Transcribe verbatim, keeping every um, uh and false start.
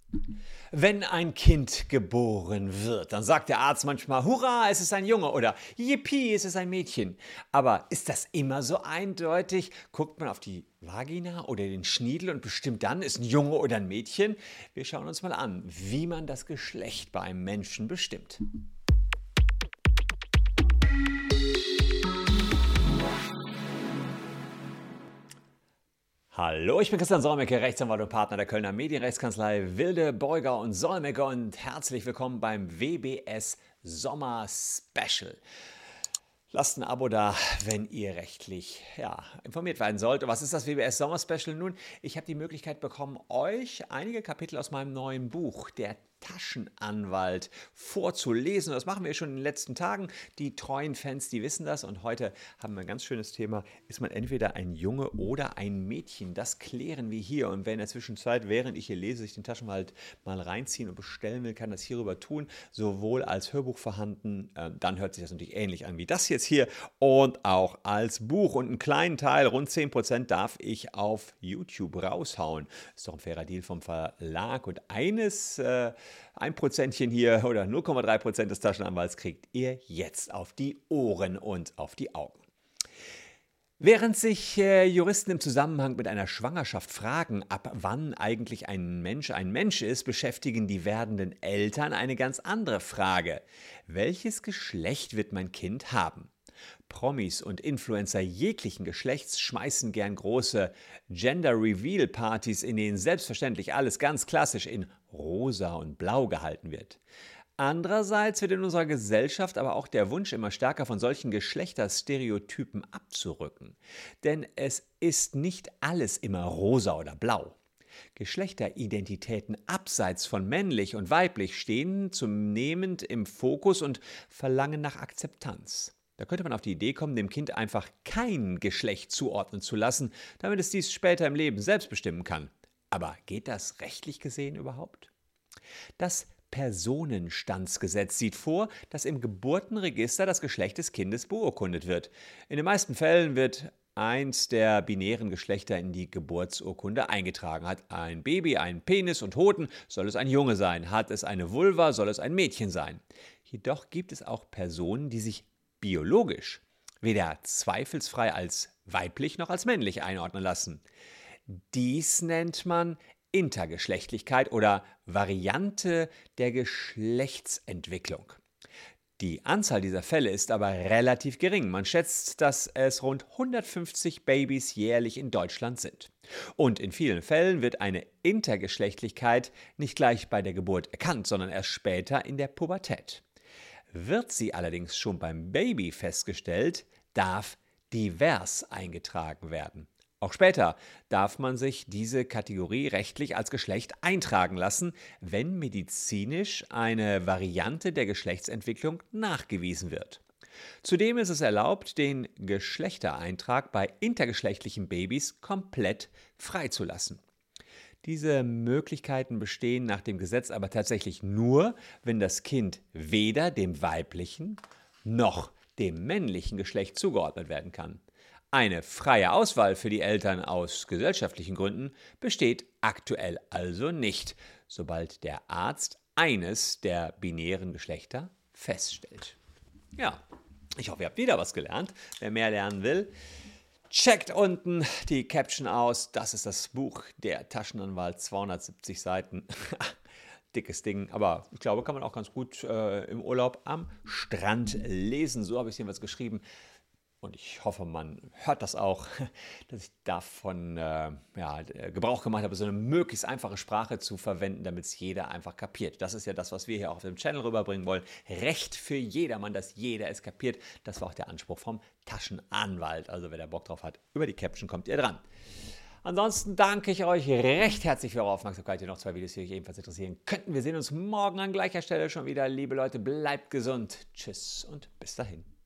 Wenn ein Kind geboren wird, dann sagt der Arzt manchmal, Hurra, es ist ein Junge oder Yippie, es ist ein Mädchen. Aber ist das immer so eindeutig? Guckt man auf die Vagina oder den Schniedel und bestimmt dann, ist ein Junge oder ein Mädchen? Wir schauen uns mal an, wie man das Geschlecht bei einem Menschen bestimmt. Hallo, ich bin Christian Solmecke, Rechtsanwalt und Partner der Kölner Medienrechtskanzlei Wilde, Beuger und Solmecke und herzlich willkommen beim W B S Sommer Special. Lasst ein Abo da, wenn ihr rechtlich ja, informiert werden sollt. Was ist das W B S Sommer Special? Nun, ich habe die Möglichkeit bekommen, euch einige Kapitel aus meinem neuen Buch, Der Taschenanwalt, vorzulesen. Das machen wir schon in den letzten Tagen. Die treuen Fans, die wissen das. Und heute haben wir ein ganz schönes Thema. Ist man entweder ein Junge oder ein Mädchen? Das klären wir hier. Und wer in der Zwischenzeit, während ich hier lese, sich den Taschenanwalt mal reinziehen und bestellen will, kann das hierüber tun. Sowohl als Hörbuch vorhanden, äh, dann hört sich das natürlich ähnlich an wie das jetzt hier. Und auch als Buch. Und einen kleinen Teil, rund zehn Prozent, darf ich auf YouTube raushauen. Ist doch ein fairer Deal vom Verlag. Und eines... Äh, Ein Prozentchen hier oder null Komma drei Prozent des Taschenanwalts kriegt ihr jetzt auf die Ohren und auf die Augen. Während sich äh, Juristen im Zusammenhang mit einer Schwangerschaft fragen, ab wann eigentlich ein Mensch ein Mensch ist, beschäftigen die werdenden Eltern eine ganz andere Frage. Welches Geschlecht wird mein Kind haben? Promis und Influencer jeglichen Geschlechts schmeißen gern große Gender-Reveal-Partys, in denen selbstverständlich alles ganz klassisch in rosa und blau gehalten wird. Andererseits wird in unserer Gesellschaft aber auch der Wunsch immer stärker von solchen Geschlechterstereotypen abzurücken. Denn es ist nicht alles immer rosa oder blau. Geschlechteridentitäten abseits von männlich und weiblich stehen zunehmend im Fokus und verlangen nach Akzeptanz. Da könnte man auf die Idee kommen, dem Kind einfach kein Geschlecht zuordnen zu lassen, damit es dies später im Leben selbst bestimmen kann. Aber geht das rechtlich gesehen überhaupt? Das Personenstandsgesetz sieht vor, dass im Geburtenregister das Geschlecht des Kindes beurkundet wird. In den meisten Fällen wird eins der binären Geschlechter in die Geburtsurkunde eingetragen. Hat ein Baby einen Penis und Hoden, soll es ein Junge sein. Hat es eine Vulva, soll es ein Mädchen sein. Jedoch gibt es auch Personen, die sich biologisch weder zweifelsfrei als weiblich noch als männlich einordnen lassen. Dies nennt man Intergeschlechtlichkeit oder Variante der Geschlechtsentwicklung. Die Anzahl dieser Fälle ist aber relativ gering. Man schätzt, dass es rund hundertfünfzig Babys jährlich in Deutschland sind. Und in vielen Fällen wird eine Intergeschlechtlichkeit nicht gleich bei der Geburt erkannt, sondern erst später in der Pubertät. Wird sie allerdings schon beim Baby festgestellt, darf divers eingetragen werden. Auch später darf man sich diese Kategorie rechtlich als Geschlecht eintragen lassen, wenn medizinisch eine Variante der Geschlechtsentwicklung nachgewiesen wird. Zudem ist es erlaubt, den Geschlechtereintrag bei intergeschlechtlichen Babys komplett freizulassen. Diese Möglichkeiten bestehen nach dem Gesetz aber tatsächlich nur, wenn das Kind weder dem weiblichen noch dem männlichen Geschlecht zugeordnet werden kann. Eine freie Auswahl für die Eltern aus gesellschaftlichen Gründen besteht aktuell also nicht, sobald der Arzt eines der binären Geschlechter feststellt. Ja, ich hoffe, ihr habt wieder was gelernt. Wer mehr lernen will, checkt unten die Caption aus. Das ist das Buch Der Taschenanwalt, zweihundertsiebzig Seiten. Dickes Ding, aber ich glaube, kann man auch ganz gut äh, im Urlaub am Strand lesen. So habe ich es jedenfalls geschrieben. Und ich hoffe, man hört das auch, dass ich davon äh, ja, Gebrauch gemacht habe, so eine möglichst einfache Sprache zu verwenden, damit es jeder einfach kapiert. Das ist ja das, was wir hier auch auf dem Channel rüberbringen wollen. Recht für jedermann, dass jeder es kapiert. Das war auch der Anspruch vom Taschenanwalt. Also wer da Bock drauf hat, über die Caption kommt ihr dran. Ansonsten danke ich euch recht herzlich für eure Aufmerksamkeit. Hier noch zwei Videos, die euch ebenfalls interessieren könnten. Wir sehen uns morgen an gleicher Stelle schon wieder. Liebe Leute, bleibt gesund. Tschüss und bis dahin.